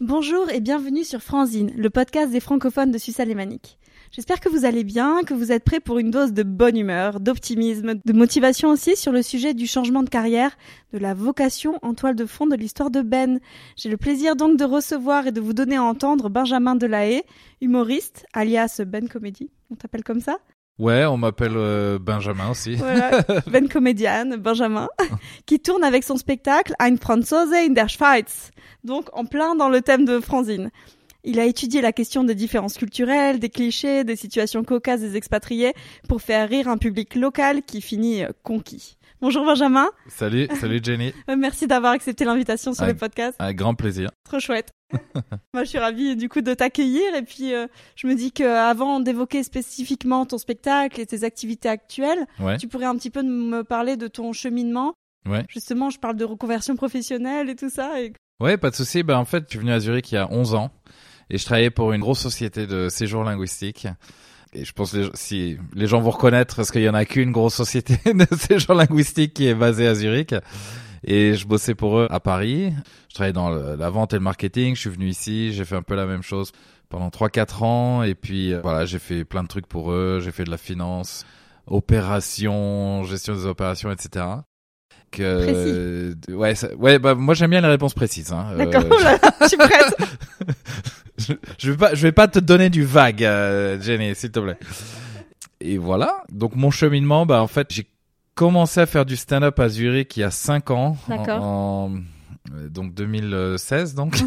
Bonjour et bienvenue sur Franzine, le podcast des francophones de Suisse alémanique. J'espère que vous allez bien, que vous êtes prêts pour une dose de bonne humeur, d'optimisme, de motivation aussi sur le sujet du changement de carrière, de la vocation en toile de fond de l'histoire de Ben. J'ai le plaisir donc de recevoir et de vous donner à entendre Benjamin Delahaye, humoriste, alias Ben Comedy. On t'appelle comme ça ? Ouais, on m'appelle Benjamin aussi. Voilà, Ben Comedian, Benjamin, qui tourne avec son spectacle Ein Franzose in der Schweiz, donc en plein dans le thème de Franzine. Il a étudié la question des différences culturelles, des clichés, des situations cocasses des expatriés pour faire rire un public local qui finit conquis. Bonjour Benjamin. Salut Jenny. Merci d'avoir accepté l'invitation sur le podcast. Avec grand plaisir. Trop chouette. Moi, je suis ravie du coup de t'accueillir et puis je me dis qu'avant d'évoquer spécifiquement ton spectacle et tes activités actuelles, tu pourrais un petit peu me parler de ton cheminement. Ouais. Justement, je parle de reconversion professionnelle et tout ça. Ouais, pas de souci. En fait, je suis venu à Zurich il y a 11 ans et je travaillais pour une grosse société de séjour linguistique. Et je pense que si les gens vont reconnaître parce qu'il y en a qu'une grosse société de séjour linguistique qui est basée à Zurich. Et je bossais pour eux à Paris. Je travaillais dans la vente et le marketing. Je suis venu ici, j'ai fait un peu la même chose pendant 3-4 ans. Et puis voilà, j'ai fait plein de trucs pour eux. J'ai fait de la finance, opérations, gestion des opérations, etc. Précis. Moi j'aime bien les réponses précises. Hein. D'accord, je suis prête. je vais pas te donner du vague, Jenny, s'il te plaît. Et voilà. Donc mon cheminement, en fait, j'ai commencé à faire du stand-up à Zurich il y a 5 ans. D'accord. Donc 2016, donc.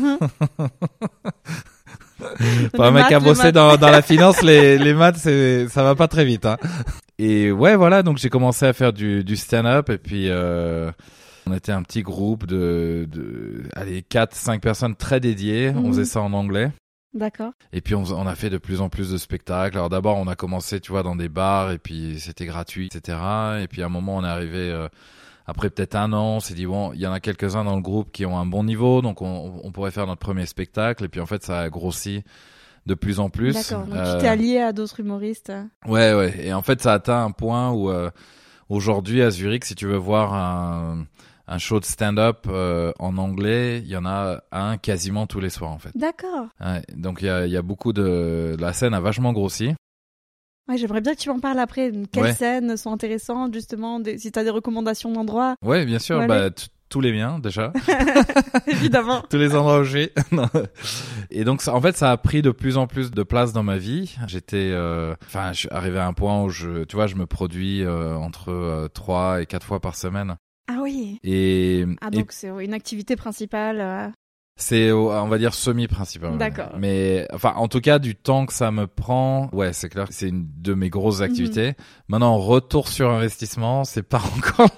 Pour un mec qui a bossé dans la finance, les maths, ça va pas très vite, hein. Et ouais, voilà, donc j'ai commencé à faire du stand-up et puis on était un petit groupe de 4-5 personnes très dédiées. On faisait ça en anglais. D'accord. Et puis on a fait de plus en plus de spectacles. Alors d'abord on a commencé, tu vois, dans des bars et puis c'était gratuit, etc. Et puis à un moment on est arrivé après peut-être 1 an, on s'est dit bon, il y en a quelques-uns dans le groupe qui ont un bon niveau, donc on pourrait faire notre premier spectacle. Et puis en fait ça a grossi de plus en plus. D'accord. Donc tu t'es allié à d'autres humoristes. Ouais. Et en fait ça a atteint un point où aujourd'hui à Zurich, si tu veux voir un show de stand-up en anglais, il y en a un quasiment tous les soirs en fait. D'accord. Ouais, donc il y a beaucoup la scène a vachement grossi. Ouais, j'aimerais bien que tu m'en parles après. Quelles scènes sont intéressantes justement, si tu as des recommandations d'endroits. Ouais, bien sûr, tous les miens déjà. Évidemment. Tous les endroits où j'ai. Et donc en fait, ça a pris de plus en plus de place dans ma vie. Je suis arrivé à un point où je me produis entre 3 et 4 fois par semaine. Ah oui. Donc c'est une activité principale. C'est, on va dire, semi-principal. D'accord. Mais, en tout cas, du temps que ça me prend, ouais, c'est clair que c'est une de mes grosses activités. Maintenant, retour sur investissement, c'est pas encore,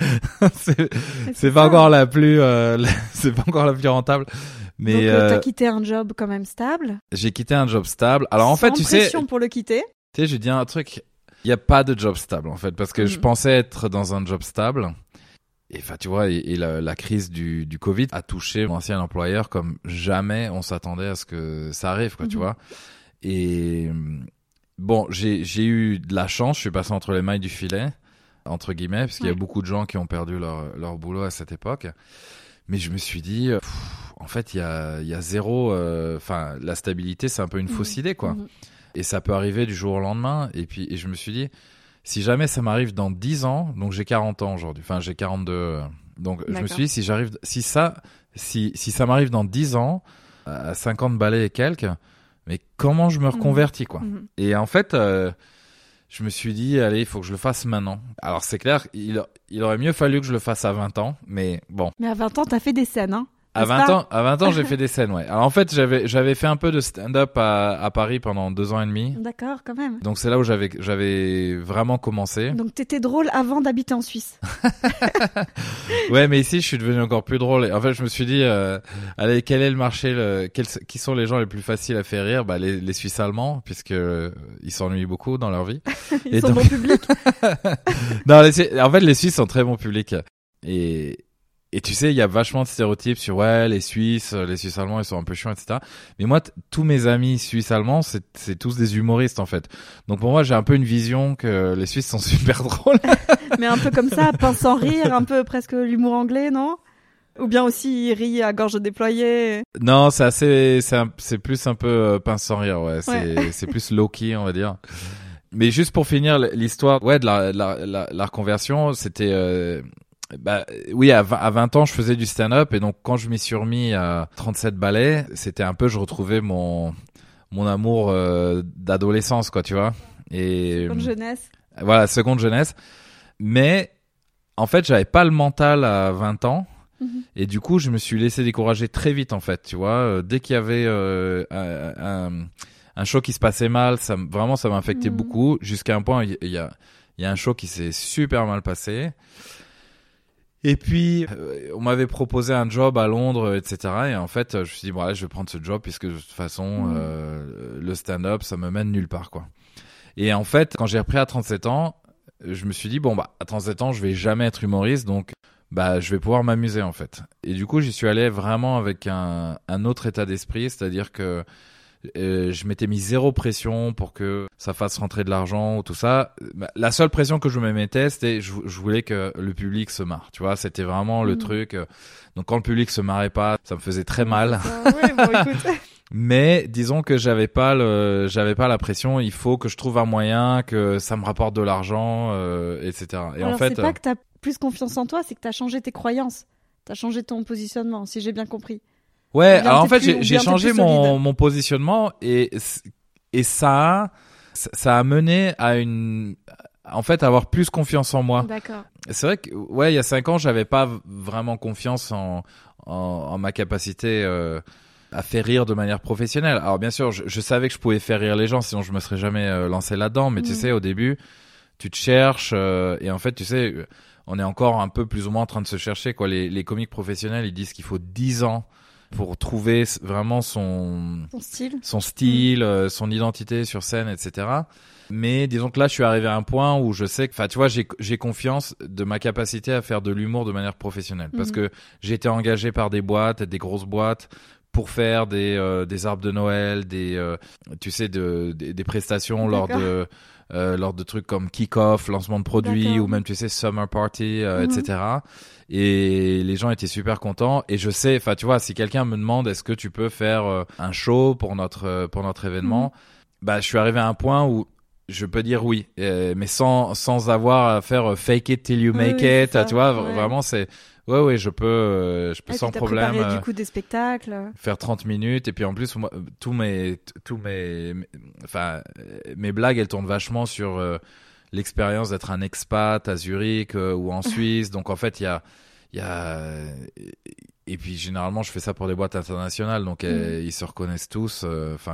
c'est pas encore la plus, c'est pas encore la plus rentable. Mais, donc, t'as quitté un job quand même stable? J'ai quitté un job stable. Alors, en fait, tu sais. Sans pression pour le quitter? Tu sais, j'ai dit un truc. Il y a pas de job stable, en fait, parce que je pensais être dans un job stable. Et tu vois, et la crise du Covid a touché mon ancien employeur comme jamais on s'attendait à ce que ça arrive, quoi, tu vois. Et bon, j'ai eu de la chance, je suis passé entre les mailles du filet, entre guillemets, parce qu'il y a beaucoup de gens qui ont perdu leur boulot à cette époque. Mais je me suis dit, en fait, il y a zéro, la stabilité, c'est un peu une fausse idée, quoi. Et ça peut arriver du jour au lendemain. Et je me suis dit, si jamais ça m'arrive dans 10 ans, donc j'ai 40 ans aujourd'hui, j'ai 42, donc je me suis dit, si ça m'arrive dans 10 ans, à 50 balais et quelques, mais comment je me reconvertis, quoi. Et en fait, je me suis dit, allez, il faut que je le fasse maintenant. Alors c'est clair, il aurait mieux fallu que je le fasse à 20 ans, mais bon. Mais à 20 ans, t'as fait des scènes, hein? À 20 ans, j'ai fait des scènes, ouais. Alors en fait, j'avais fait un peu de stand-up à Paris pendant 2 ans et demi. D'accord, quand même. Donc c'est là où j'avais vraiment commencé. Donc t'étais drôle avant d'habiter en Suisse. Ouais, mais ici, je suis devenu encore plus drôle. Et en fait, je me suis dit, allez, quel est le marché, qui sont les gens les plus faciles à faire rire? Les Suisses allemands, puisque ils s'ennuient beaucoup dans leur vie. Ils sont bon public. Non, en fait, les Suisses sont très bon public. Et tu sais, il y a vachement de stéréotypes sur les Suisses allemands, ils sont un peu chiants, etc. Mais moi, tous mes amis suisses allemands, c'est tous des humoristes en fait. Donc pour moi, j'ai un peu une vision que les Suisses sont super drôles. Mais un peu comme ça, pince sans rire, un peu presque l'humour anglais, non? Ou bien aussi il rit à gorge déployée. Non, c'est plus un peu pince sans rire, ouais. C'est plus low-key, on va dire. Mais juste pour finir l'histoire, ouais, de la reconversion, c'était, oui, à 20 ans, je faisais du stand-up et donc quand je m'y suis remis à 37 balais, c'était un peu, je retrouvais mon amour d'adolescence, quoi, tu vois. Et seconde jeunesse. Voilà, seconde jeunesse. Mais en fait, j'avais pas le mental à 20 ans. Et du coup, je me suis laissé décourager très vite, en fait, tu vois. Dès qu'il y avait un show qui se passait mal, ça m'affectait beaucoup. Jusqu'à un point, il y a un show qui s'est super mal passé. Et puis, on m'avait proposé un job à Londres, etc. Et en fait, je me suis dit, bon, allez, je vais prendre ce job puisque de toute façon, le stand-up, ça me mène nulle part, quoi. Et en fait, quand j'ai repris à 37 ans, je me suis dit, bon, à 37 ans, je vais jamais être humoriste, donc je vais pouvoir m'amuser, en fait. Et du coup, j'y suis allé vraiment avec un autre état d'esprit, c'est-à-dire que je m'étais mis zéro pression pour que ça fasse rentrer de l'argent ou tout ça. La seule pression que je me mettais, c'était je voulais que le public se marre, tu vois, c'était vraiment le truc. Donc quand le public se marrait pas, ça me faisait très mal. Ouais, bon, écoute. Mais disons que j'avais pas la pression, il faut que je trouve un moyen que ça me rapporte de l'argent, etc. Et alors, en fait, c'est pas que t'as plus confiance en toi, c'est que t'as changé tes croyances. T'as changé ton positionnement, si j'ai bien compris. ouais, alors en fait, j'ai changé mon positionnement et ça a mené à avoir plus confiance en moi. D'accord. C'est vrai que, ouais, il y a 5 ans, j'avais pas vraiment confiance en ma capacité, à faire rire de manière professionnelle. Alors bien sûr, je savais que je pouvais faire rire les gens, sinon je me serais jamais lancé là-dedans. Mais tu sais, au début, tu te cherches, et en fait, tu sais, on est encore un peu plus ou moins en train de se chercher, quoi. Les comiques professionnels, ils disent qu'il faut 10 ans pour trouver vraiment son style, son identité sur scène, etc. Mais disons que là, je suis arrivé à un point où je sais que, enfin, tu vois, j'ai confiance de ma capacité à faire de l'humour de manière professionnelle, parce que j'ai été engagé par des boîtes, des grosses boîtes, pour faire des arbres de Noël, tu sais, des prestations lors de trucs comme kick-off, lancement de produits, ou même, tu sais, summer party, etc. Et les gens étaient super contents. Et je sais, enfin, tu vois, si quelqu'un me demande est-ce que tu peux faire un show pour notre événement, je suis arrivé à un point où je peux dire oui, mais sans avoir à faire fake it till you make it, tu vois, vraiment c'est ouais, je peux sans problème préparé, du coup, des spectacles, faire 30 minutes. Et puis en plus, moi, mes blagues, elles tournent vachement sur l'expérience d'être un expat à Zurich ou en Suisse. Donc en fait, il y a et puis généralement, je fais ça pour des boîtes internationales, donc ils se reconnaissent tous.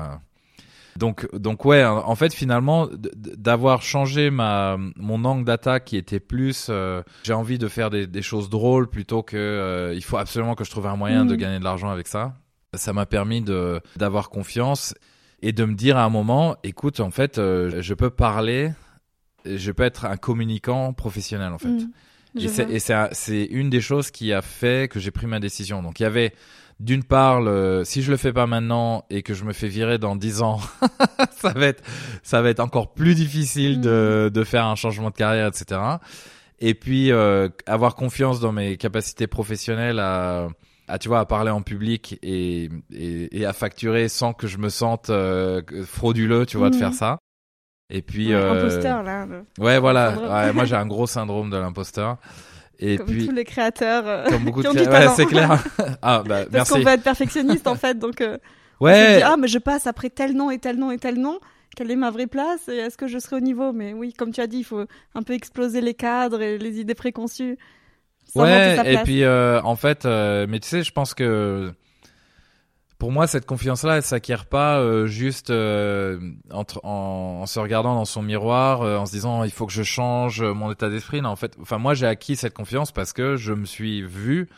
Donc ouais, en fait, finalement, d'avoir changé mon angle d'attaque qui était plus, j'ai envie de faire des choses drôles plutôt que il faut absolument que je trouve un moyen de gagner de l'argent avec ça. Ça m'a permis d'avoir confiance et de me dire à un moment, écoute, en fait, je peux parler, je peux être un communicant professionnel, en fait. C'est une des choses qui a fait que j'ai pris ma décision. Donc il y avait d'une part, si je le fais pas maintenant et que je me fais virer dans 10 ans, ça va être encore plus difficile de faire un changement de carrière, etc. Et puis avoir confiance dans mes capacités professionnelles à parler en public et à facturer sans que je me sente frauduleux, tu vois, de faire ça. Et puis imposteur là. Ouais, voilà. Ouais, moi j'ai un gros syndrome de l'imposteur. Et comme puis, tous les créateurs comme beaucoup qui ont de du talent. Ouais, c'est clair. Parce merci. qu'on veut être perfectionniste en fait, donc ouais. on se dit, mais je passe après tel nom et tel nom et tel nom. Quelle est ma vraie place et est-ce que je serai au niveau? Mais oui, comme tu as dit, il faut un peu exploser les cadres et les idées préconçues. Ouais, et puis en fait, mais tu sais, je pense que pour moi, cette confiance-là, elle s'acquiert pas juste en se regardant dans son miroir, en se disant il faut que je change mon état d'esprit. Non, en fait, enfin moi, j'ai acquis cette confiance parce que je me suis vu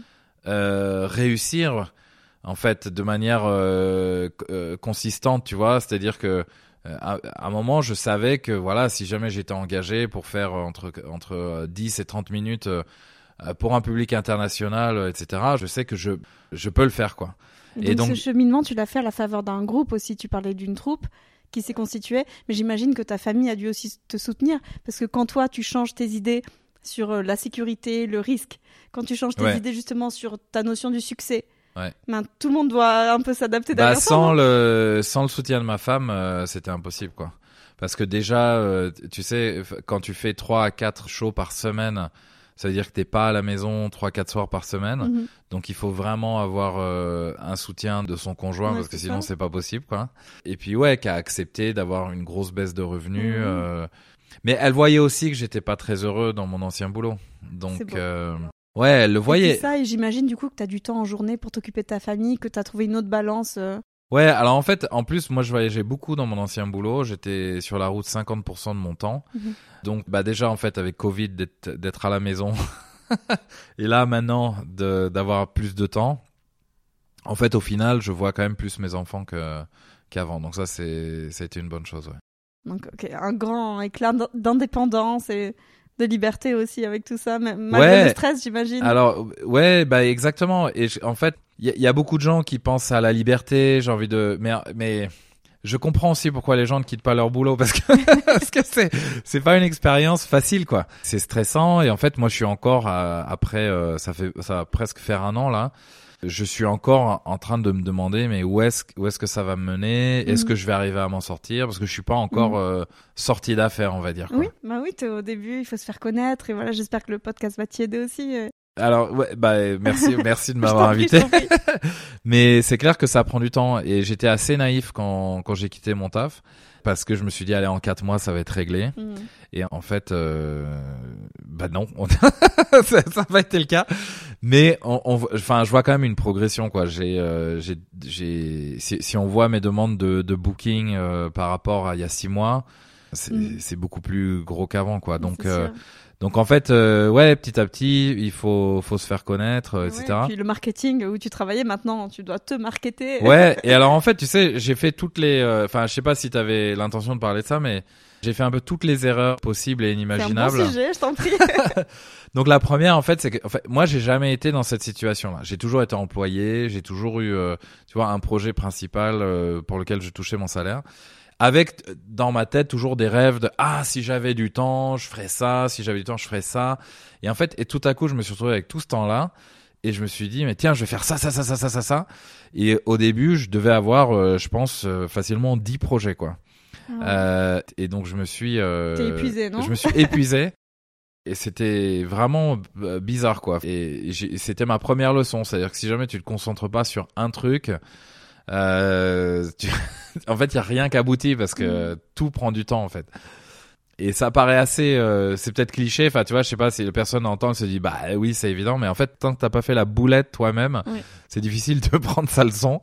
réussir en fait de manière consistante, tu vois. C'est-à-dire que à un moment, je savais que voilà, si jamais j'étais engagé pour faire entre 10 et 30 minutes pour un public international, etc., je sais que je peux le faire, quoi. Et donc, ce cheminement, tu l'as fait à la faveur d'un groupe aussi. Tu parlais d'une troupe qui s'est constituée, mais j'imagine que ta famille a dû aussi te soutenir, parce que quand toi, tu changes tes idées sur la sécurité, le risque. Quand tu changes tes idées justement sur ta notion du succès, tout le monde doit un peu s'adapter derrière ça. Sans le soutien de ma femme, c'était impossible, quoi. Parce que déjà, tu sais, quand tu fais 3 à 4 shows par semaine, ça veut dire que t'es pas à la maison 3-4 soirs par semaine. Donc il faut vraiment avoir un soutien de son conjoint parce que sinon c'est pas possible, quoi. Et puis qu'à accepté d'avoir une grosse baisse de revenus. Mais elle voyait aussi que j'étais pas très heureux dans mon ancien boulot. Donc elle le voyait. Et ça, et j'imagine du coup que t'as du temps en journée pour t'occuper de ta famille, que t'as trouvé une autre balance. Ouais, alors en fait, en plus, moi je voyageais beaucoup dans mon ancien boulot. J'étais sur la route 50% de mon temps. Donc déjà en fait avec Covid d'être à la maison et là maintenant d'avoir plus de temps. En fait au final, je vois quand même plus mes enfants qu'avant. Donc ça ça a été une bonne chose, ouais. Donc un grand éclat d'indépendance et de liberté aussi avec tout ça, malgré le stress, j'imagine. Alors exactement. Et en fait, il y a beaucoup de gens qui pensent à la liberté. J'ai envie de, mais je comprends aussi pourquoi les gens ne quittent pas leur boulot parce que c'est pas une expérience facile, quoi. C'est stressant et en fait, moi, je suis encore après, ça va presque faire 1 an là. Je suis encore en train de me demander mais où est-ce que ça va me mener? Est-ce que je vais arriver à m'en sortir? Parce que je suis pas encore sorti d'affaires, on va dire, quoi. Oui, t'es au début, il faut se faire connaître et voilà, j'espère que le podcast va t'y aider aussi. Alors merci de m'avoir invité. Mais c'est clair que ça prend du temps et j'étais assez naïf quand j'ai quitté mon taf parce que je me suis dit allez en 4 mois ça va être réglé. Et en fait non, ça va être le cas. Mais enfin je vois quand même une progression, quoi. Si on voit mes demandes de booking par rapport à il y a 6 mois, c'est beaucoup plus gros qu'avant, quoi. Donc en fait, petit à petit, il faut se faire connaître, etc. Et puis le marketing où tu travaillais maintenant, tu dois te marketer. Ouais. Et alors en fait, tu sais, j'ai fait toutes les, enfin, je sais pas si t'avais l'intention de parler de ça, mais j'ai fait un peu toutes les erreurs possibles et inimaginables. C'est un bon sujet, je t'en prie. Donc la première, en fait, c'est que, moi, j'ai jamais été dans cette situation-là. J'ai toujours été employé, j'ai toujours eu, tu vois, un projet principal pour lequel je touchais mon salaire. Avec dans ma tête toujours des rêves de si j'avais du temps je ferais ça, si j'avais du temps je ferais ça, et en fait tout à coup je me suis retrouvé avec tout ce temps-là et je me suis dit mais tiens je vais faire ça, et au début je devais avoir je pense facilement 10 projets, quoi. Et donc je me suis t'es épuisé, non? Je me suis épuisé et c'était vraiment bizarre, quoi. Et c'était ma première leçon, c'est-à-dire que si jamais tu te concentres pas sur un truc, en fait, il y a rien qu'abouti parce que tout prend du temps, en fait. Et ça paraît assez, c'est peut-être cliché. Enfin, tu vois, je sais pas si la personne entend, elle se dit, oui, c'est évident. Mais en fait, tant que t'as pas fait la boulette toi-même, c'est difficile de prendre sa leçon.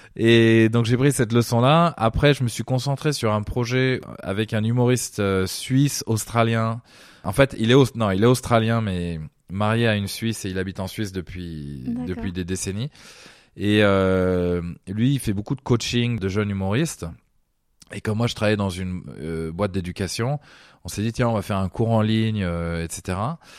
Et donc, j'ai pris cette leçon-là. Après, je me suis concentré sur un projet avec un humoriste suisse, australien. En fait, il est australien, mais marié à une Suisse et il habite en Suisse depuis des décennies. Et lui, il fait beaucoup de coaching de jeunes humoristes. Et comme moi, je travaillais dans une boîte d'éducation, on s'est dit, tiens, on va faire un cours en ligne, etc.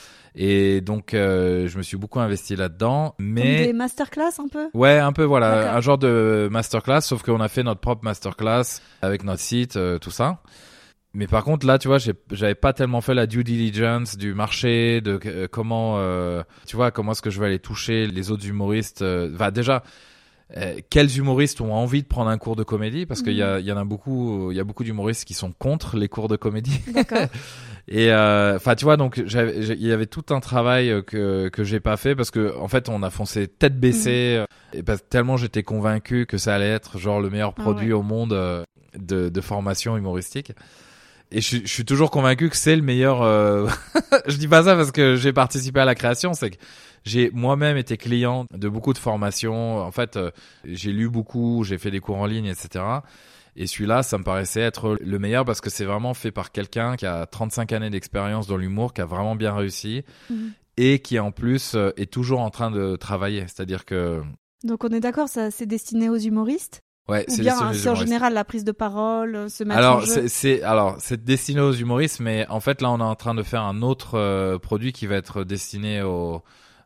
Et donc, je me suis beaucoup investi là-dedans. Mais comme des masterclass un peu? Ouais, un peu, voilà. D'accord. Un genre de masterclass, sauf qu'on a fait notre propre masterclass avec notre site, tout ça. Mais par contre, là, tu vois, j'avais pas tellement fait la due diligence du marché, de comment, tu vois, comment est-ce que je vais aller toucher les autres humoristes. Déjà, quels humoristes ont envie de prendre un cours de comédie, parce qu'il y en a beaucoup, il y a beaucoup d'humoristes qui sont contre les cours de comédie. D'accord. Et tu vois, donc il y avait tout un travail que j'ai pas fait parce que en fait, on a foncé tête baissée, et tellement j'étais convaincu que ça allait être genre le meilleur produit au monde de formation humoristique. Et je suis toujours convaincu que c'est le meilleur. Je dis pas ça parce que j'ai participé à la création, c'est que j'ai moi-même été client de beaucoup de formations. En fait, j'ai lu beaucoup, j'ai fait des cours en ligne, etc. Et celui-là, ça me paraissait être le meilleur parce que c'est vraiment fait par quelqu'un qui a 35 années d'expérience dans l'humour, qui a vraiment bien réussi et qui en plus est toujours en train de travailler. C'est-à-dire que... Donc on est d'accord, ça c'est destiné aux humoristes? Ouais, ou bien c'est en général la prise de parole, se mettre en jeu. C'est destiné aux humoristes, mais en fait là on est en train de faire un autre produit qui va être destiné au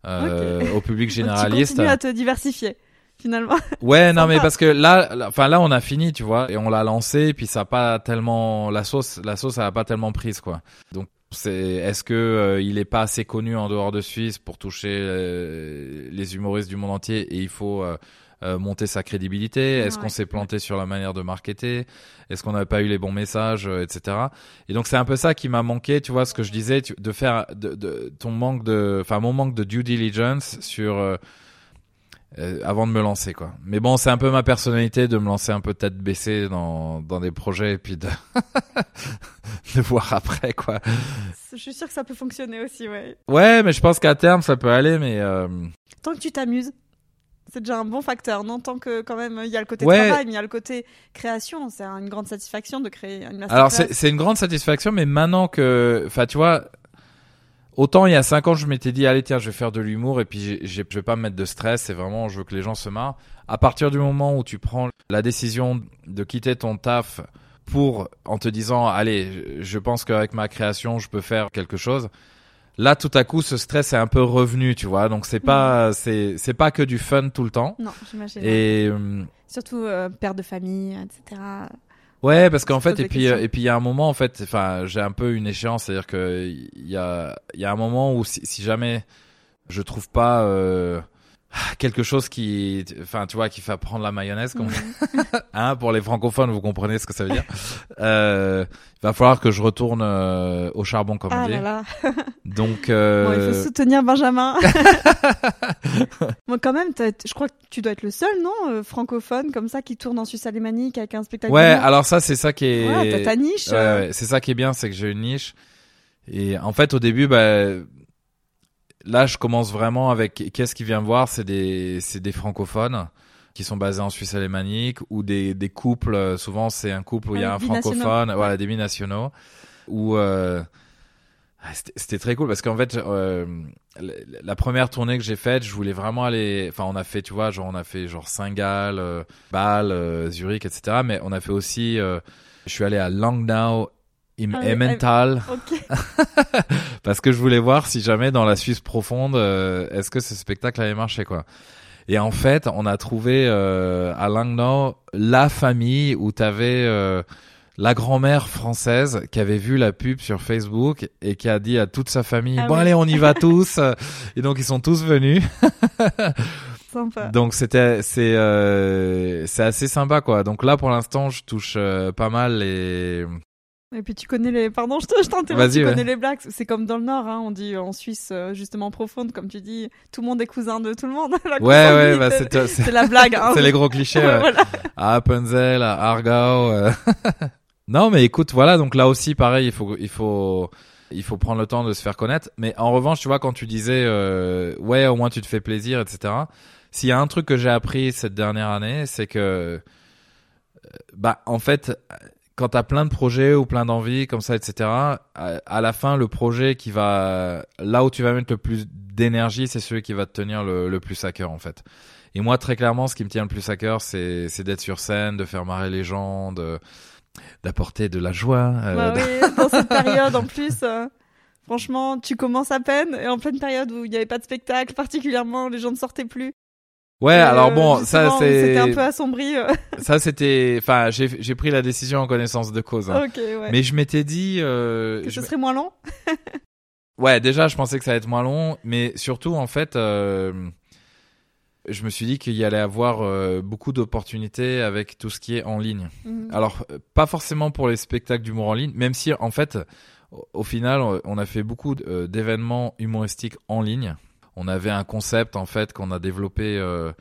public généraliste. Tu continues à te diversifier finalement. Ouais, non mais parce que là on a fini, tu vois, et on l'a lancé, puis ça a pas tellement la sauce a pas tellement prise, quoi. Donc Est-ce que il est pas assez connu en dehors de Suisse pour toucher les humoristes du monde entier et il faut monter sa crédibilité? Est-ce qu'on s'est planté sur la manière de marketer? Est-ce qu'on n'avait pas eu les bons messages, etc. Et donc c'est un peu ça qui m'a manqué, tu vois, ce que je disais, de faire mon manque de due diligence sur avant de me lancer, quoi. Mais bon, c'est un peu ma personnalité de me lancer un peu tête baissée dans des projets et puis de de voir après, quoi. Je suis sûre que ça peut fonctionner aussi, ouais. Ouais, mais je pense qu'à terme ça peut aller, mais tant que tu t'amuses, c'est déjà un bon facteur, non? Tant que quand même il y a le côté travail, mais il y a le côté création, c'est une grande satisfaction de créer une masterclass. Alors c'est une grande satisfaction, mais maintenant que, enfin tu vois, autant il y a 5 ans je m'étais dit allez tiens je vais faire de l'humour et puis je vais pas me mettre de stress, c'est vraiment je veux que les gens se marrent. À partir du moment où tu prends la décision de quitter ton taf en te disant allez je pense qu'avec ma création je peux faire quelque chose. Là, tout à coup, ce stress est un peu revenu, tu vois. Donc, c'est pas que du fun tout le temps. Non, j'imagine. Et surtout père de famille, etc. Ouais, parce qu'en fait, et puis il y a un moment, en fait, enfin, j'ai un peu une échéance, c'est-à-dire que il y a un moment où si jamais je trouve pas quelque chose qui, enfin, tu vois, qui fait prendre la mayonnaise, comme hein, pour les francophones, vous comprenez ce que ça veut dire. Il va falloir que je retourne au charbon, comme on dit. Là là. Donc, bon, il faut soutenir Benjamin. Bon, quand même, je crois que tu dois être le seul, non, francophone comme ça qui tourne en Suisse alémanique avec un spectacle. Ouais, alors ça, c'est ça qui est. Ouais, t'as ta niche. Ouais, c'est ça qui est bien, c'est que j'ai une niche. Et en fait, au début, là, je commence vraiment avec qu'est-ce qui vient me voir, c'est des francophones qui sont basés en Suisse alémanique ou des couples. Souvent, c'est un couple où il y a un francophone, voilà, des binationaux. Où c'était très cool parce qu'en fait, la première tournée que j'ai faite, je voulais vraiment aller. Enfin, on a fait, tu vois, on a fait Saint-Gall, Bâle, Zurich, etc. Mais on a fait aussi. Je suis allé à Langnau. Emmental. Okay. Parce que je voulais voir si jamais dans la Suisse profonde, est-ce que ce spectacle allait marcher, quoi. Et en fait, on a trouvé à Langnau la famille où t'avais la grand-mère française qui avait vu la pub sur Facebook et qui a dit à toute sa famille allez, on y va tous. Et donc ils sont tous venus. Sympa. Donc c'est assez sympa, quoi. Donc là pour l'instant, je touche pas mal les. Et puis tu connais les... Pardon, je t'interromps. Tu connais les blagues. C'est comme dans le Nord, hein. On dit en Suisse, justement profonde, comme tu dis, tout le monde est cousin de tout le monde. Ouais, c'est la blague. Hein. C'est les gros clichés. Voilà. À Appenzell, à Aargau. Non, mais écoute, voilà. Donc là aussi, pareil, il faut prendre le temps de se faire connaître. Mais en revanche, tu vois, quand tu disais, ouais, au moins tu te fais plaisir, etc. S'il y a un truc que j'ai appris cette dernière année, c'est que, en fait, quand t'as plein de projets ou plein d'envies comme ça, etc., à la fin, le projet là où tu vas mettre le plus d'énergie, c'est celui qui va te tenir le plus à cœur, en fait. Et moi, très clairement, ce qui me tient le plus à cœur, c'est d'être sur scène, de faire marrer les gens, d'apporter de la joie. Oui, dans cette période, en plus, franchement, tu commences à peine, et en pleine période où il n'y avait pas de spectacle, particulièrement, les gens ne sortaient plus. Ouais, alors bon, ça c'était un peu assombri. Ça c'était, enfin, j'ai pris la décision en connaissance de cause. Hein. Okay, ouais. Mais je m'étais dit que ce serait moins long. Ouais, déjà, je pensais que ça allait être moins long, mais surtout en fait, je me suis dit qu'il y allait avoir beaucoup d'opportunités avec tout ce qui est en ligne. Mmh. Alors, pas forcément pour les spectacles d'humour en ligne, même si en fait, au final, on a fait beaucoup d'événements humoristiques en ligne. On avait un concept en fait qu'on a développé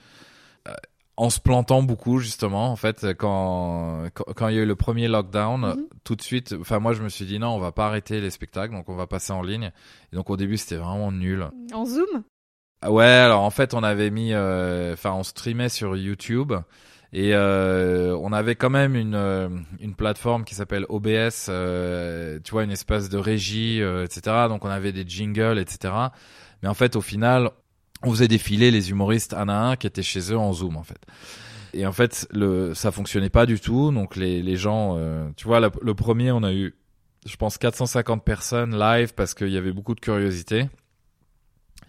en se plantant beaucoup justement. En fait, quand il y a eu le premier lockdown, tout de suite, enfin moi je me suis dit non, on va pas arrêter les spectacles, donc on va passer en ligne. Et donc au début c'était vraiment nul. En Zoom ? Ouais, alors en fait on avait mis, on streamait sur YouTube. Et on avait quand même une plateforme qui s'appelle OBS, tu vois, une espèce de régie, etc. Donc on avait des jingles, etc. Mais en fait, au final, on faisait défiler les humoristes un à un qui étaient chez eux en Zoom, en fait. Et en fait, ça fonctionnait pas du tout. Donc les gens, tu vois, le premier, on a eu, je pense, 450 personnes live parce qu'il y avait beaucoup de curiosité.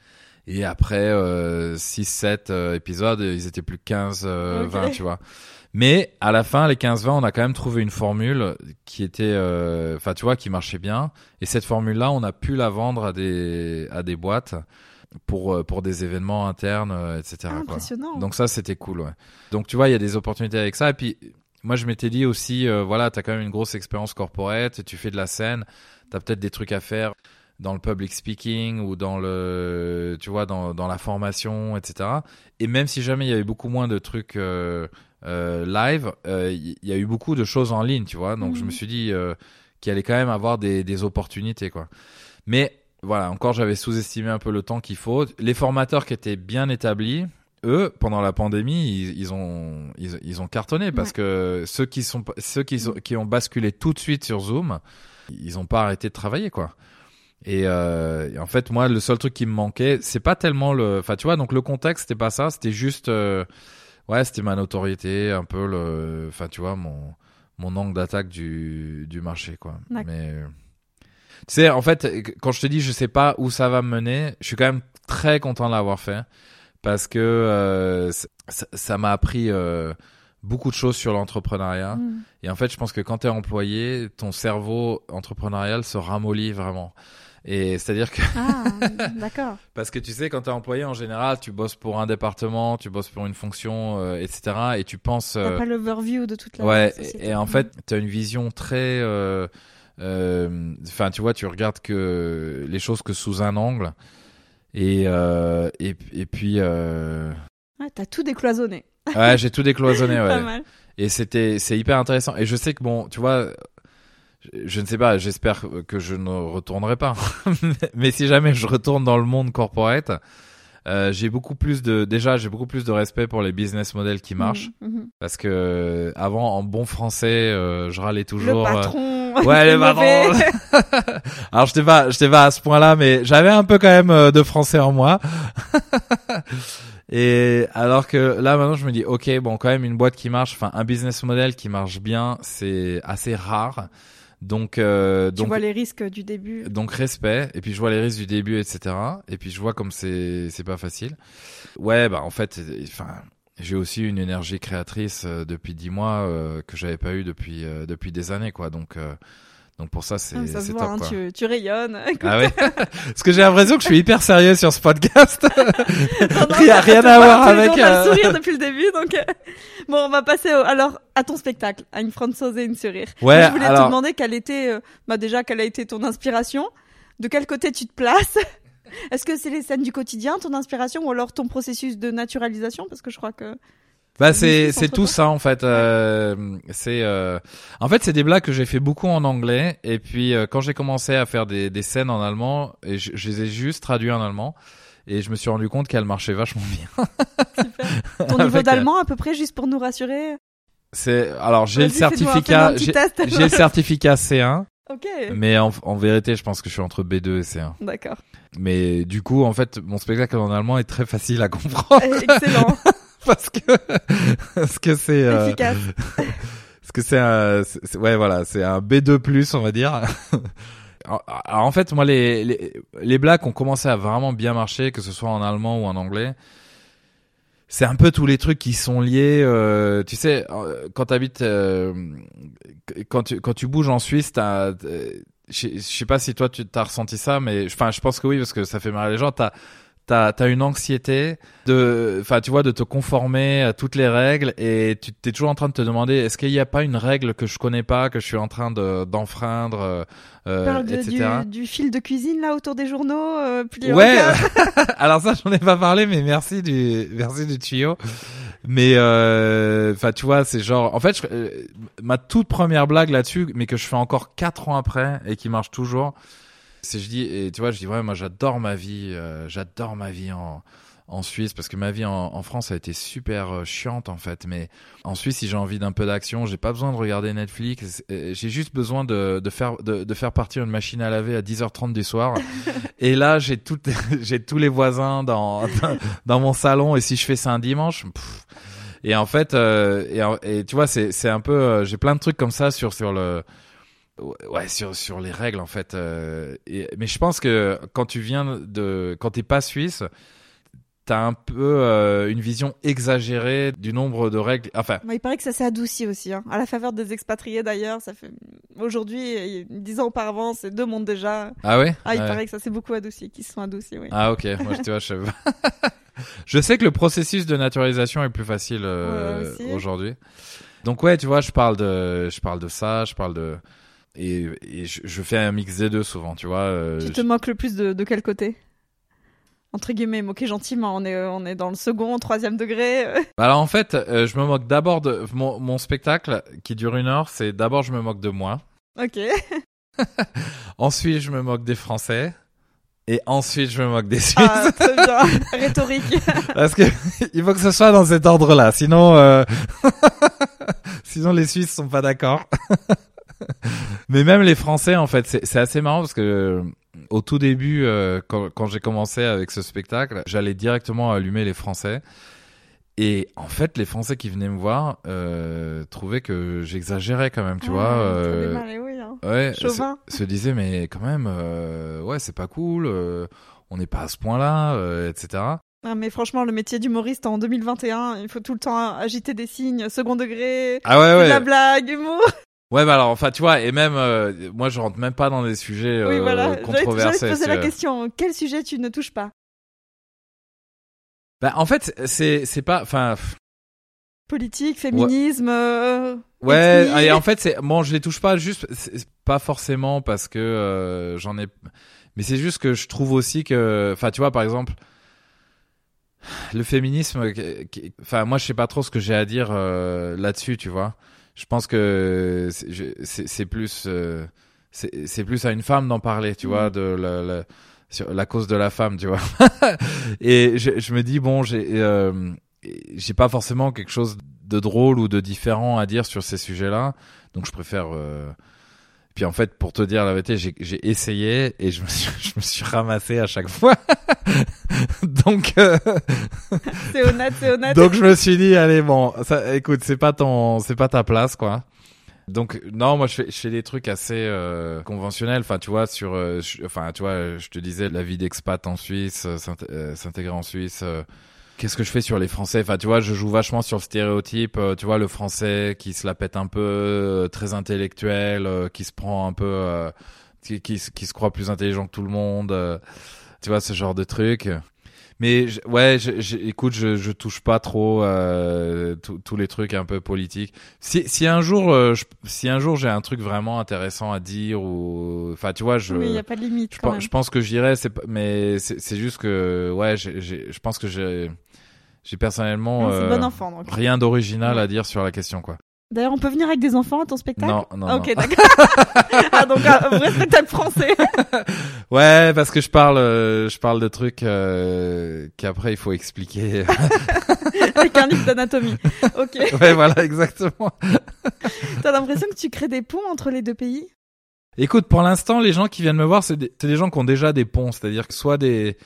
Et après 6-7 épisodes, ils étaient plus 15-20, tu vois. Mais à la fin, les 15-20, on a quand même trouvé une formule qui était, tu vois, qui marchait bien. Et cette formule-là, on a pu la vendre à des boîtes pour des événements internes, etc. Impressionnant. Quoi. Donc ça, c'était cool. Ouais. Donc tu vois, il y a des opportunités avec ça. Et puis moi, je m'étais dit aussi, voilà, t'as quand même une grosse expérience corporate, tu fais de la scène, t'as peut-être des trucs à faire dans le public speaking ou dans dans la formation, etc. Et même si jamais il y avait beaucoup moins de trucs live, il y a eu beaucoup de choses en ligne, tu vois. Donc je me suis dit qu'il allait quand même avoir des opportunités, quoi. Mais voilà, encore j'avais sous-estimé un peu le temps qu'il faut. Les formateurs qui étaient bien établis, eux, pendant la pandémie, ils ont cartonné parce que ceux qui ont basculé tout de suite sur Zoom, ils ont pas arrêté de travailler, quoi. Et en fait, moi, le seul truc qui me manquait, c'est pas tellement tu vois, donc le contexte, c'était pas ça, c'était juste, c'était ma notoriété, un peu tu vois, mon angle d'attaque du marché, quoi. D'accord. Mais, tu sais, en fait, quand je te dis, je sais pas où ça va me mener, je suis quand même très content de l'avoir fait parce que ça m'a appris beaucoup de choses sur l'entrepreneuriat. Et en fait, je pense que quand t'es employé, ton cerveau entrepreneurial se ramollit vraiment. Et c'est-à-dire que d'accord. Parce que tu sais, quand t'es employé, en général, tu bosses pour un département, tu bosses pour une fonction, etc. Et tu penses... T'as pas l'overview de toute la société. Et en fait, t'as une vision très... tu vois, tu regardes que les choses que sous un angle. Et puis... Ouais, t'as tout décloisonné. Ouais, j'ai tout décloisonné, ouais. Pas mal. Et c'est hyper intéressant. Et je sais que bon, tu vois... Je ne sais pas, j'espère que je ne retournerai pas. Mais si jamais je retourne dans le monde corporate, j'ai beaucoup plus de respect pour les business models qui marchent. Parce que avant, en bon français, je râlais toujours. Le patron. Ouais, le patron. Alors, j'étais pas à ce point-là, mais j'avais un peu quand même de français en moi. Et alors que là, maintenant, je me dis, ok, bon, quand même, une boîte qui marche, enfin, un business model qui marche bien, c'est assez rare. Donc, tu vois les risques du début. Donc respect. Et puis je vois les risques du début, etc. Et puis je vois comme c'est pas facile. Ouais, en fait, j'ai aussi une énergie créatrice depuis 10 mois que j'avais pas eu depuis des années, quoi. Donc pour ça, c'est ça se voit, top, hein, quoi. Tu rayonnes. Écoute. Ah oui. Parce que j'ai l'impression que je suis hyper sérieux sur ce podcast. Non, rien à voir avec. On a le sourire depuis le début, donc. Bon, on va passer alors à ton spectacle, à Une Française et une sourire. Ouais. Moi, je voulais te demander quelle a été ton inspiration, de quel côté tu te places. Est-ce que c'est les scènes du quotidien, ton inspiration, ou alors ton processus de naturalisation, parce que je crois que. C'est tout ça en fait. En fait c'est des blagues que j'ai fait beaucoup en anglais et puis quand j'ai commencé à faire des scènes en allemand et je les ai juste traduits en allemand et je me suis rendu compte qu'elles marchaient vachement bien. Super. Ton niveau d'allemand à peu près, juste pour nous rassurer. J'ai le certificat C1. Ok. Mais en vérité je pense que je suis entre B2 et C1. D'accord. Mais du coup en fait mon spectacle en allemand est très facile à comprendre. Excellent. Parce que c'est efficace. Parce que c'est un B2+, on va dire. Alors, en fait, moi les blagues ont commencé à vraiment bien marcher, que ce soit en allemand ou en anglais. C'est un peu tous les trucs qui sont liés, tu sais, quand t'habites quand tu bouges en Suisse, je sais pas si toi tu t'as ressenti ça, mais je pense que oui parce que ça fait marrer les gens, t'as une anxiété de te conformer à toutes les règles et tu t'es toujours en train de te demander est-ce qu'il n'y a pas une règle que je connais pas, que je suis en train d'enfreindre, etc. Du fil de cuisine là autour des journaux, ouais. Alors ça j'en ai pas parlé, mais merci du tuyau. Mais tu vois, c'est genre en fait ma toute première blague là-dessus, mais que je fais encore 4 ans après et qui marche toujours. Je dis ouais, moi j'adore ma vie en Suisse parce que ma vie en France a été super chiante en fait, mais en Suisse si j'ai envie d'un peu d'action, j'ai pas besoin de regarder Netflix, j'ai juste besoin de faire partir une machine à laver à 10h30 du soir et là j'ai tous les voisins dans mon salon et si je fais ça un dimanche, et en fait et tu vois c'est un peu j'ai plein de trucs comme ça sur Ouais, sur les règles en fait. Mais je pense que quand t'es pas suisse, t'as un peu une vision exagérée du nombre de règles. Enfin, il paraît que ça s'est adouci aussi, hein. À la faveur des expatriés d'ailleurs. Ça fait aujourd'hui, 10 ans auparavant, c'est 2 mondes déjà. Ah ouais. Il paraît que ça s'est beaucoup adouci, qu'ils se sont adoucis. Oui. Ah ok. Moi, tu vois, je sais que le processus de naturalisation est plus facile aujourd'hui. Donc ouais, tu vois, je parle de ça, et je fais un mix des deux souvent, tu vois. Tu te moques le plus de quel côté? Entre guillemets, moquer gentiment, on est dans le second, 3e degré. Alors en fait, je me moque d'abord de mon spectacle qui dure 1 heure, c'est d'abord je me moque de moi. Ok. Ensuite, je me moque des Français. Et ensuite, je me moque des Suisses. Ah, très bien. Rhétorique. Parce que il faut que ce soit dans cet ordre-là. Sinon, sinon les Suisses sont pas d'accord. Mais même les Français, en fait, c'est assez marrant parce que au tout début, quand j'ai commencé avec ce spectacle, j'allais directement allumer les Français. Et en fait, les Français qui venaient me voir trouvaient que j'exagérais quand même, tu vois. Oui, hein. Ouais, Chauvin. se disaient mais quand même, ouais, c'est pas cool. On n'est pas à ce point-là, etc. Ah, mais franchement, le métier d'humoriste en 2021, il faut tout le temps agiter des signes, second degré, ouais. la blague, humour. Ouais, bah alors, enfin, tu vois, et même, moi, je rentre même pas dans des sujets oui, voilà. controversés. J'allais te poser la question, quel sujet tu ne touches pas? Bah, en fait, c'est pas, enfin. Politique, féminisme. Ouais, et en fait, bon, je les touche pas juste, c'est pas forcément parce que j'en ai, mais c'est juste que je trouve aussi que, enfin, tu vois, par exemple, le féminisme, enfin, moi, je sais pas trop ce que j'ai à dire là-dessus, tu vois. Je pense que c'est plus, c'est plus à une femme d'en parler, tu vois, de sur la cause de la femme, tu vois. Et je me dis bon, j'ai pas forcément quelque chose de drôle ou de différent à dire sur ces sujets-là, donc je préfère. Puis en fait, pour te dire la vérité, j'ai essayé et je me suis ramassé à chaque fois. Donc c'est honnête. Donc je me suis dit allez bon, ça, écoute, c'est pas ta place quoi. Donc non, moi je fais des trucs assez conventionnels, enfin tu vois je te disais la vie d'expat en Suisse, s'intégrer en Suisse. Qu'est-ce que je fais sur les Français? Enfin, tu vois, je joue vachement sur le stéréotype. Tu vois, le Français qui se la pète un peu, très intellectuel, qui se prend un peu, qui se croit plus intelligent que tout le monde. Tu vois, ce genre de truc. Mais écoute, je touche pas trop tous les trucs un peu politiques. Si un jour j'ai un truc vraiment intéressant à dire ou, enfin, tu vois, oui, y a pas de limite. Je pense que j'irai. Mais c'est juste que ouais, je pense que j'ai personnellement bon enfant, donc. Rien d'original à dire sur la question, quoi. D'ailleurs, on peut venir avec des enfants à ton spectacle? Non. Ok, d'accord. Ah, donc, vrai spectacle français. Ouais, parce que je parle de trucs qu'après il faut expliquer. Avec un livre d'anatomie. Ok. Ouais, voilà, exactement. T'as l'impression que tu crées des ponts entre les deux pays? Écoute, pour l'instant, les gens qui viennent me voir, c'est des gens qui ont déjà des ponts, c'est-à-dire que soit des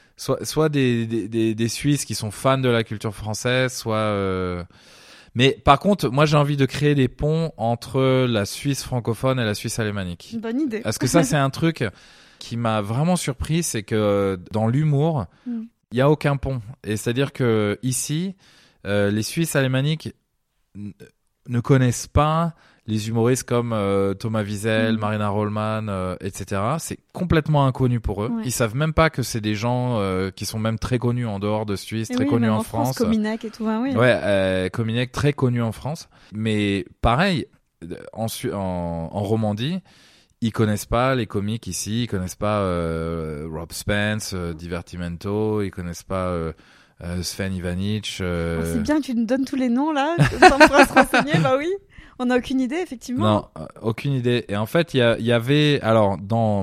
Suisses qui sont fans de la culture française, soit mais par contre, moi j'ai envie de créer des ponts entre la Suisse francophone et la Suisse alémanique. Bonne idée. Parce que ça c'est un truc qui m'a vraiment surpris, c'est que dans l'humour, il y a aucun pont. Et c'est-à-dire que ici, les Suisses alémaniques ne connaissent pas les humoristes comme Thomas Wiesel, Marina Rollman, etc. C'est complètement inconnu pour eux. Ouais. Ils savent même pas que c'est des gens qui sont même très connus en dehors de Suisse, très connus en France. Cominac et tout, hein, oui. Ouais, Cominac très connu en France. Mais pareil, en Romandie, ils connaissent pas les comiques ici, ils connaissent pas Rob Spence, Divertimento, ils connaissent pas Sven Ivanic. C'est bien que tu nous donnes tous les noms là, on pourra se renseigner, bah oui. On n'a aucune idée, effectivement. Non, aucune idée. Et en fait, il y avait, alors,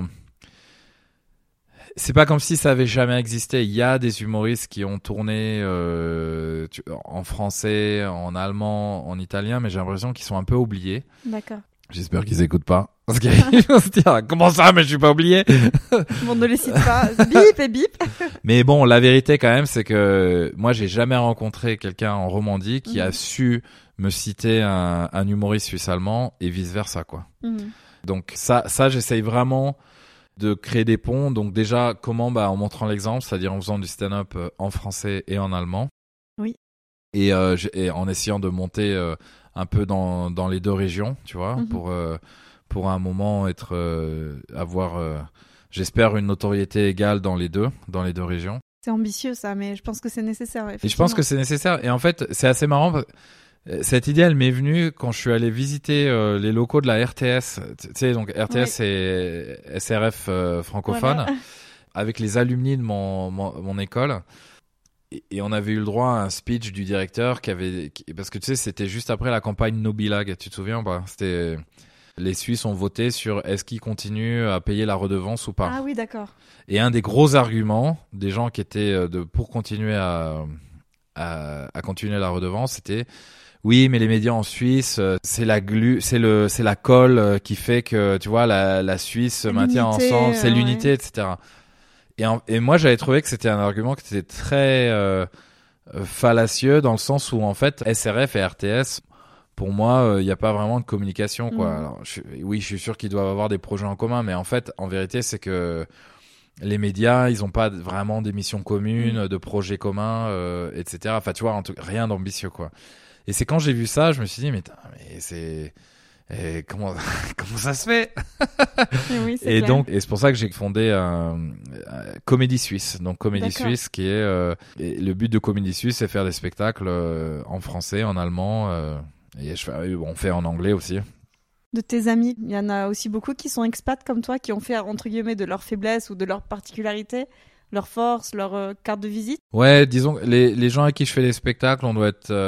c'est pas comme si ça avait jamais existé. Il y a des humoristes qui ont tourné en français, en allemand, en italien, mais j'ai l'impression qu'ils sont un peu oubliés. D'accord. J'espère qu'ils écoutent pas. Parce qu'ils vont se dire, comment ça, mais je suis pas oublié. Bon, ne les cite pas. Bip et bip. Mais bon, la vérité quand même, c'est que moi, j'ai jamais rencontré quelqu'un en Romandie qui a su me citer un humoriste suisse-allemand et vice versa, quoi. Donc ça j'essaye vraiment de créer des ponts. Donc déjà, comment en montrant l'exemple, c'est-à-dire en faisant du stand-up en français et en allemand. Oui. Et en essayant de monter un peu dans les deux régions, tu vois, pour à un moment avoir, j'espère, une notoriété égale dans les deux régions. C'est ambitieux ça, mais je pense que c'est nécessaire. Et je pense que c'est nécessaire. Et en fait, c'est assez marrant. Cette idée, elle m'est venue quand je suis allé visiter les locaux de la RTS. Tu sais, donc RTS, c'est SRF francophone, voilà. Avec les alumni de mon école. Et on avait eu le droit à un speech du directeur parce que tu sais, c'était juste après la campagne No Bilag. Tu te souviens ou pas? Les Suisses ont voté sur est-ce qu'ils continuent à payer la redevance ou pas. Ah oui, d'accord. Et un des gros arguments des gens qui étaient pour continuer à continuer la redevance, c'était oui, mais les médias en Suisse, c'est la colle qui fait que tu vois la Suisse se maintient ensemble, c'est l'unité, etc. Et moi, j'avais trouvé que c'était un argument qui était très fallacieux dans le sens où en fait SRF et RTS, pour moi, il n'y a pas vraiment de communication, quoi. Alors, je suis sûr qu'ils doivent avoir des projets en commun, mais en fait, en vérité, c'est que les médias, ils n'ont pas vraiment des missions communes, de projets communs, etc. Enfin, tu vois, rien d'ambitieux, quoi. Et c'est quand j'ai vu ça, je me suis dit, mais c'est... Et comment ça se fait? Oui, c'est et clair. donc, et c'est pour ça que j'ai fondé Comédie Suisse. Donc Comédie Suisse, qui est le but de Comédie Suisse, c'est faire des spectacles en français, en allemand, et on fait en anglais aussi. De tes amis, il y en a aussi beaucoup qui sont expats comme toi, qui ont fait entre guillemets de leur faiblesse ou de leur particularité, leur force, leur carte de visite. Ouais, disons les gens avec qui je fais les spectacles, on doit être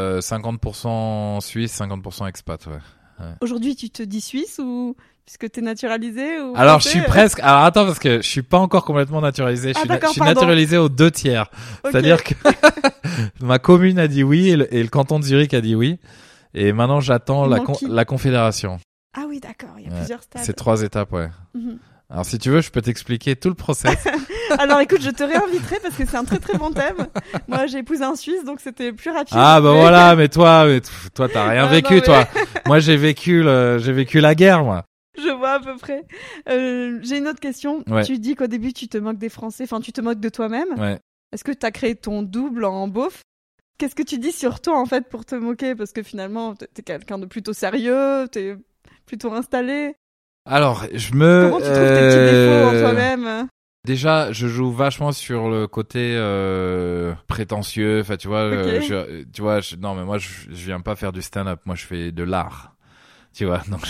50% suisse, 50% expat, ouais. Aujourd'hui, tu te dis suisse ou puisque t'es naturalisé ou Alors, français? je suis presque. Alors, attends, parce que je suis pas encore complètement naturalisé. Je suis naturalisé aux 2 tiers. Okay. C'est-à-dire que ma commune a dit oui et le canton de Zurich a dit oui. Et maintenant, j'attends la confédération. Ah oui, d'accord. Il y a plusieurs stades. C'est 3 étapes, ouais. Alors, si tu veux, je peux t'expliquer tout le process. Alors, écoute, je te réinviterai parce que c'est un très très bon thème. Moi, j'ai épousé un Suisse, donc c'était plus rapide. Ah, bah voilà, mais toi, t'as rien vécu, non, toi. Moi, j'ai vécu la guerre, moi. Je vois à peu près. J'ai une autre question. Ouais. Tu dis qu'au début, tu te moques des Français, enfin, tu te moques de toi-même. Ouais. Est-ce que t'as créé ton double en beauf? Qu'est-ce que tu dis sur toi, en fait, pour te moquer? Parce que finalement, t'es quelqu'un de plutôt sérieux, t'es plutôt installé. Alors, Comment tu trouves tes petits défauts en toi-même? Déjà, je joue vachement sur le côté prétentieux. Enfin, tu vois, non, mais moi, je viens pas faire du stand-up. Moi, je fais de l'art. Tu vois, donc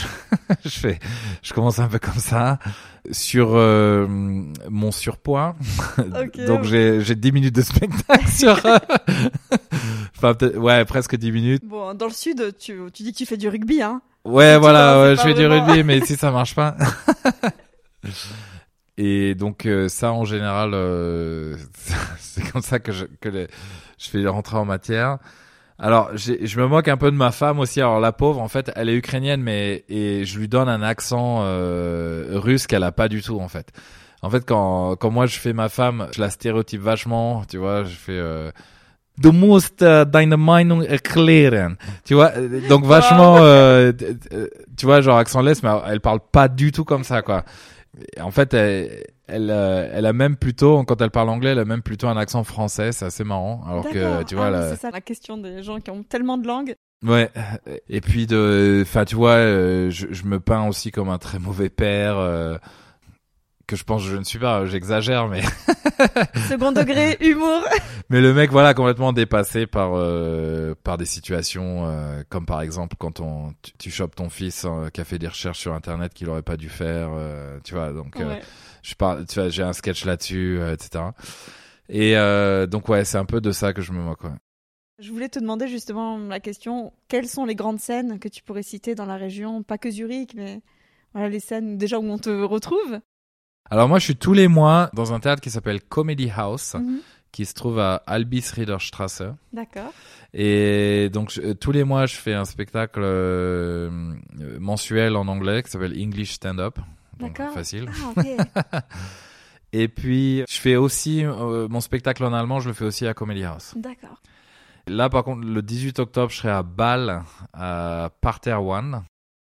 je commence un peu comme ça sur mon surpoids. Okay, donc j'ai 10 minutes de spectacle sur. Enfin, peut-être, presque 10 minutes. Bon, dans le sud, tu dis que tu fais du rugby, hein? Ouais, voilà, je fais du rugby, mais si ça marche pas. Et donc ça, en général, c'est comme ça que je fais rentrer en matière. Alors, je me moque un peu de ma femme aussi. Alors, la pauvre, en fait, elle est ukrainienne, et je lui donne un accent russe qu'elle a pas du tout, en fait. En fait, quand moi je fais ma femme, je la stéréotype vachement. Tu vois, je fais Du musst deine Meinung erklären. Tu vois, donc vachement, tu vois, genre accent l'est, mais elle parle pas du tout comme ça, quoi. En fait, elle a même plutôt, quand elle parle anglais, elle a même plutôt un accent français, c'est assez marrant. Alors que, tu vois, c'est ça la question des gens qui ont tellement de langues. Ouais. Et puis enfin, tu vois, je me peins aussi comme un très mauvais père, que je pense que je ne suis pas, j'exagère, mais. Second degré, humour. Mais le mec, voilà, complètement dépassé par des situations, comme par exemple quand tu chopes ton fils qui a fait des recherches sur Internet qu'il aurait pas dû faire, tu vois, donc tu vois, j'ai un sketch là-dessus, etc. Et donc ouais, c'est un peu de ça que je me moque. Ouais. Je voulais te demander justement la question, quelles sont les grandes scènes que tu pourrais citer dans la région, pas que Zurich, mais voilà les scènes déjà où on te retrouve? Alors moi, je suis tous les mois dans un théâtre qui s'appelle Comedy House, qui se trouve à Albis-Riederstrasse. D'accord. Et donc tous les mois, je fais un spectacle mensuel en anglais qui s'appelle English Stand-Up. Donc d'accord. Facile. Ah, ok. Et puis je fais aussi mon spectacle en allemand, je le fais aussi à Comedy House. D'accord. Là, par contre, le 18 octobre, je serai à Bâle, à Parterre One.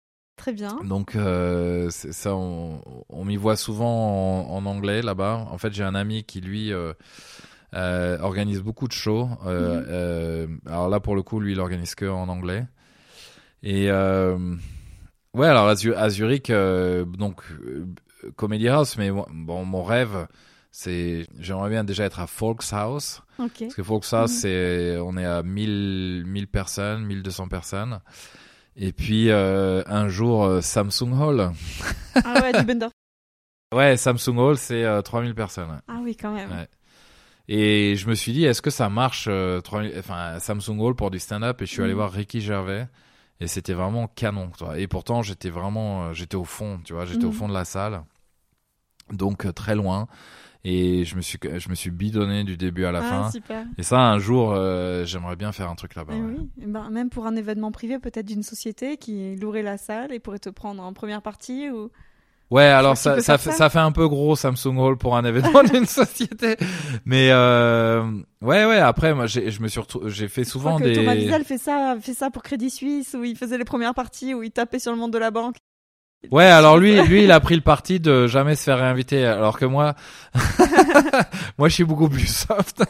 Très bien. Donc c'est ça, on m'y voit souvent en anglais là-bas. En fait, j'ai un ami qui lui organise beaucoup de shows. Alors là, pour le coup, lui, il organise que en anglais. Et ouais, alors à Zurich, donc Comedy House, mais bon, mon rêve, j'aimerais bien déjà être à Volkshaus. Okay. Parce que Volkshaus, on est à 1000 personnes, 1200 personnes. Et puis un jour Samsung Hall. Ah ouais, du Bender. Ouais, Samsung Hall, c'est 3000 personnes. Ah oui, quand même. Ouais. Et je me suis dit, est-ce que ça marche Samsung Hall pour du stand-up? Et je suis allé voir Ricky Gervais. Et c'était vraiment canon, toi. Et pourtant, j'étais au fond, tu vois, j'étais au fond de la salle. Donc, très loin. Et je me suis bidonné du début à la fin. Super. Et ça, un jour, j'aimerais bien faire un truc là-bas. Ouais. Oui. Et ben, même pour un événement privé, peut-être d'une société qui louerait la salle et pourrait te prendre en première partie ou... Ouais, alors ça fait un peu gros Samsung Hall pour un événement d'une société. Mais ouais, après moi j'ai fait souvent des Thomas Wiesel fait ça pour Crédit Suisse où il faisait les premières parties où il tapait sur le monde de la banque. Ouais, alors lui il a pris le parti de jamais se faire réinviter alors que moi moi je suis beaucoup plus soft.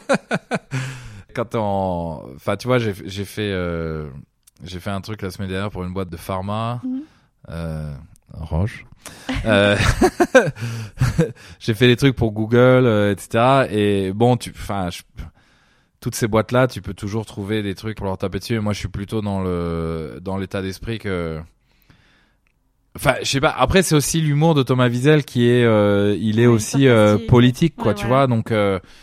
Enfin tu vois, j'ai fait un truc la semaine dernière pour une boîte de pharma. Roche. J'ai fait des trucs pour Google, etc. Et bon, toutes ces boîtes-là, tu peux toujours trouver des trucs pour leur taper dessus. Et moi, je suis plutôt dans l'état d'esprit que, enfin, je sais pas. Après, c'est aussi l'humour de Thomas Wiesel qui est, il est aussi politique, quoi, tu vois. Donc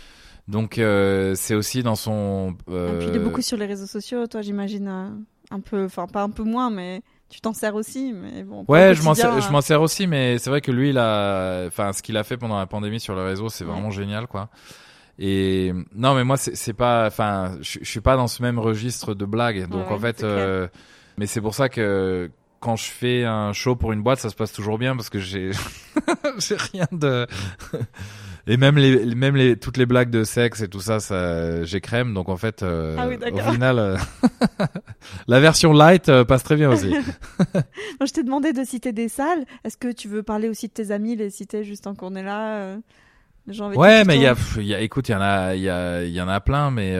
c'est aussi dans son. Et puis il est beaucoup sur les réseaux sociaux, toi, j'imagine un peu, enfin pas un peu moins, mais. Tu t'en sers aussi, mais bon. Ouais, je m'en sers aussi, mais c'est vrai que lui, ce qu'il a fait pendant la pandémie sur le réseau, c'est vraiment génial, quoi. Et non, mais moi, c'est pas, enfin, je suis pas dans ce même registre de blagues, donc en fait, mais c'est pour ça que quand je fais un show pour une boîte, ça se passe toujours bien parce que j'ai rien de. Et même toutes les blagues de sexe et tout ça, j'écrème. Donc en fait, au final, la version light passe très bien aussi. Moi, je t'ai demandé de citer des salles. Est-ce que tu veux parler aussi de tes amis, les citer juste tant qu'on est là, les gens avec Ouais, mais écoute, il y en a plein, mais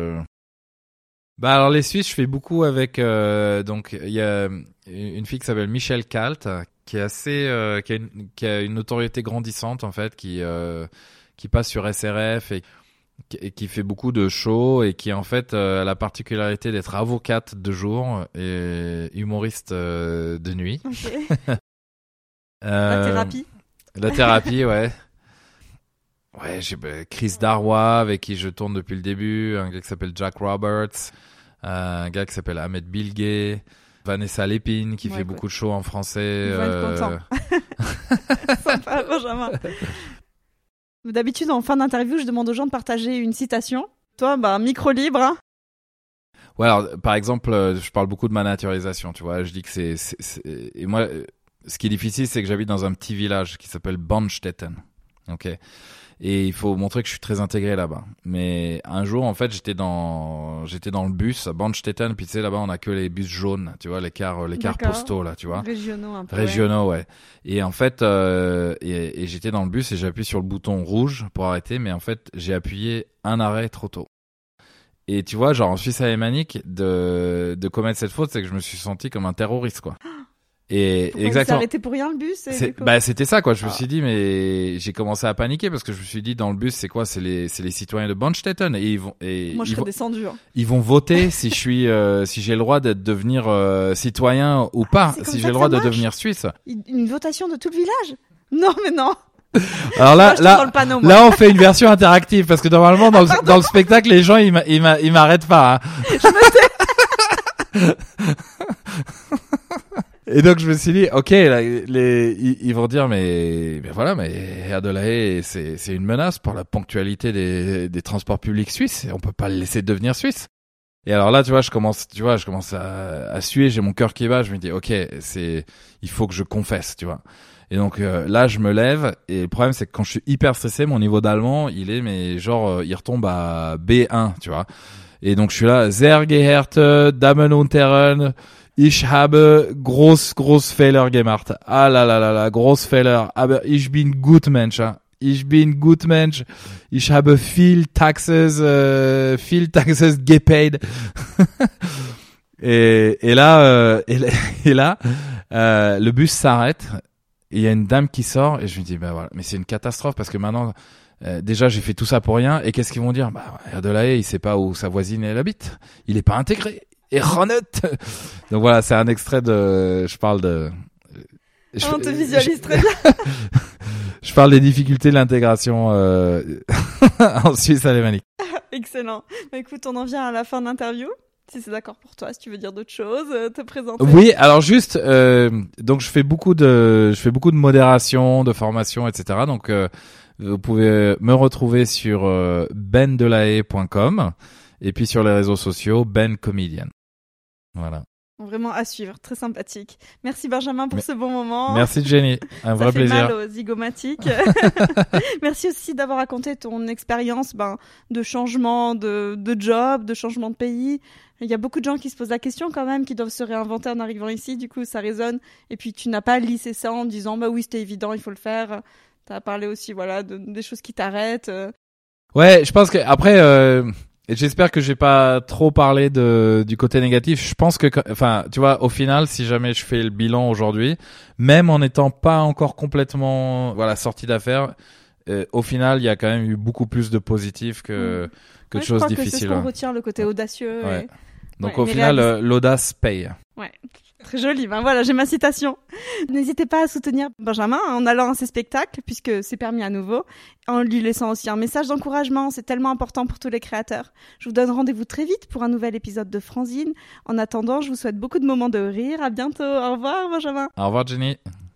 bah alors les Suisses, je fais beaucoup avec donc il y a une fille qui s'appelle Michelle Kalt qui est assez qui a une notoriété grandissante en fait, qui passe sur SRF et qui fait beaucoup de shows et qui en fait a la particularité d'être avocate de jour et humoriste de nuit. Okay. La thérapie, ouais. Ouais, j'ai Chris Darrois avec qui je tourne depuis le début, un gars qui s'appelle Jack Roberts, un gars qui s'appelle Ahmed Bilgué, Vanessa Lépine qui fait beaucoup de shows en français. Ils vont être contents. Sympa, Benjamin. D'habitude, en fin d'interview, je demande aux gens de partager une citation. Toi, micro libre. Hein. Ouais, alors, par exemple, je parle beaucoup de ma naturalisation, tu vois. Je dis que et moi, ce qui est difficile, c'est que j'habite dans un petit village qui s'appelle Bonstetten. Ok. Et il faut montrer que je suis très intégré là-bas. Mais un jour, en fait, j'étais dans le bus à Bonstetten, puis tu sais, là-bas, on a que les bus jaunes, tu vois, les cars postaux, là, tu vois. Régionaux, un peu. Régionaux, ouais. Et en fait, et j'étais dans le bus et j'ai appuyé sur le bouton rouge pour arrêter, mais en fait, j'ai appuyé un arrêt trop tôt. Et tu vois, genre, en Suisse alémanique, de commettre cette faute, c'est que je me suis senti comme un terroriste, quoi. Et pourquoi exactement. Il s'est arrêté pour rien le bus c'était ça quoi. Je me suis dit mais j'ai commencé à paniquer parce que je me suis dit dans le bus c'est quoi, c'est les citoyens de Bonstetten et moi je serais descendu. Hein. Ils vont voter si je suis si j'ai le droit de devenir citoyen ou pas, si j'ai le droit de devenir suisse. Une votation de tout le village? Non mais non. Alors là on fait une version interactive parce que normalement dans le spectacle les gens ils m'arrêtent pas. Hein. Je me tais. Et donc je me suis dit, ok, là, ils vont dire, mais voilà, mais Herr de la Haye, c'est une menace pour la ponctualité des transports publics suisses. Et on peut pas le laisser devenir suisse. Et alors là, tu vois, je commence à suer, j'ai mon cœur qui bat. Je me dis, ok, il faut que je confesse, tu vois. Et donc là, je me lève. Et le problème, c'est que quand je suis hyper stressé, mon niveau d'allemand, il retombe à B1, tu vois. Et donc je suis là, sehr geehrte Damen und Herren, Ich habe groß Fehler gemacht. Ah là là là là, groß Fehler. Aber ich bin gut Mensch. Ich bin gut Mensch. Ich habe viel taxes gepaid. et là, le bus s'arrête. Et il y a une dame qui sort et je me dis, bah voilà, mais c'est une catastrophe parce que maintenant, déjà j'ai fait tout ça pour rien et qu'est-ce qu'ils vont dire? Bah, de la Haye, il sait pas où sa voisine elle habite. Il est pas intégré. Et Ronette. Donc voilà, c'est un extrait je parle de... On te visualise très bien. Je parle des difficultés de l'intégration en Suisse alémanique. Excellent. Bah, écoute, on en vient à la fin de l'interview. Si c'est d'accord pour toi, si tu veux dire d'autres choses, te présenter. Oui, alors juste, donc je fais beaucoup de modération, de formation, etc. Donc vous pouvez me retrouver sur bendelahaye.com et puis sur les réseaux sociaux Ben Comedian. Voilà. Vraiment à suivre, très sympathique. Merci Benjamin pour ce bon moment. Merci Jenny, un vrai plaisir. Ça fait mal aux zygomatiques. Merci aussi d'avoir raconté ton expérience de changement de job, de changement de pays. Il y a beaucoup de gens qui se posent la question quand même, qui doivent se réinventer en arrivant ici. Du coup, ça résonne. Et puis, tu n'as pas lissé ça en disant oui, c'était évident, il faut le faire. Tu as parlé aussi des choses qui t'arrêtent. Ouais, je pense que après... Et j'espère que j'ai pas trop parlé du côté négatif. Je pense que, enfin, tu vois, au final, si jamais je fais le bilan aujourd'hui, même en n'étant pas encore complètement, sorti d'affaires, au final, il y a quand même eu beaucoup plus de positifs que de choses difficiles. Que c'est ce qu'on retient, le côté audacieux. Ouais. Donc au final, l'audace paye. Ouais. Très joli. Voilà, j'ai ma citation. N'hésitez pas à soutenir Benjamin en allant à ses spectacles, puisque c'est permis à nouveau, en lui laissant aussi un message d'encouragement. C'est tellement important pour tous les créateurs. Je vous donne rendez-vous très vite pour un nouvel épisode de Franzine. En attendant, je vous souhaite beaucoup de moments de rire. À bientôt. Au revoir, Benjamin. Au revoir, Jenny.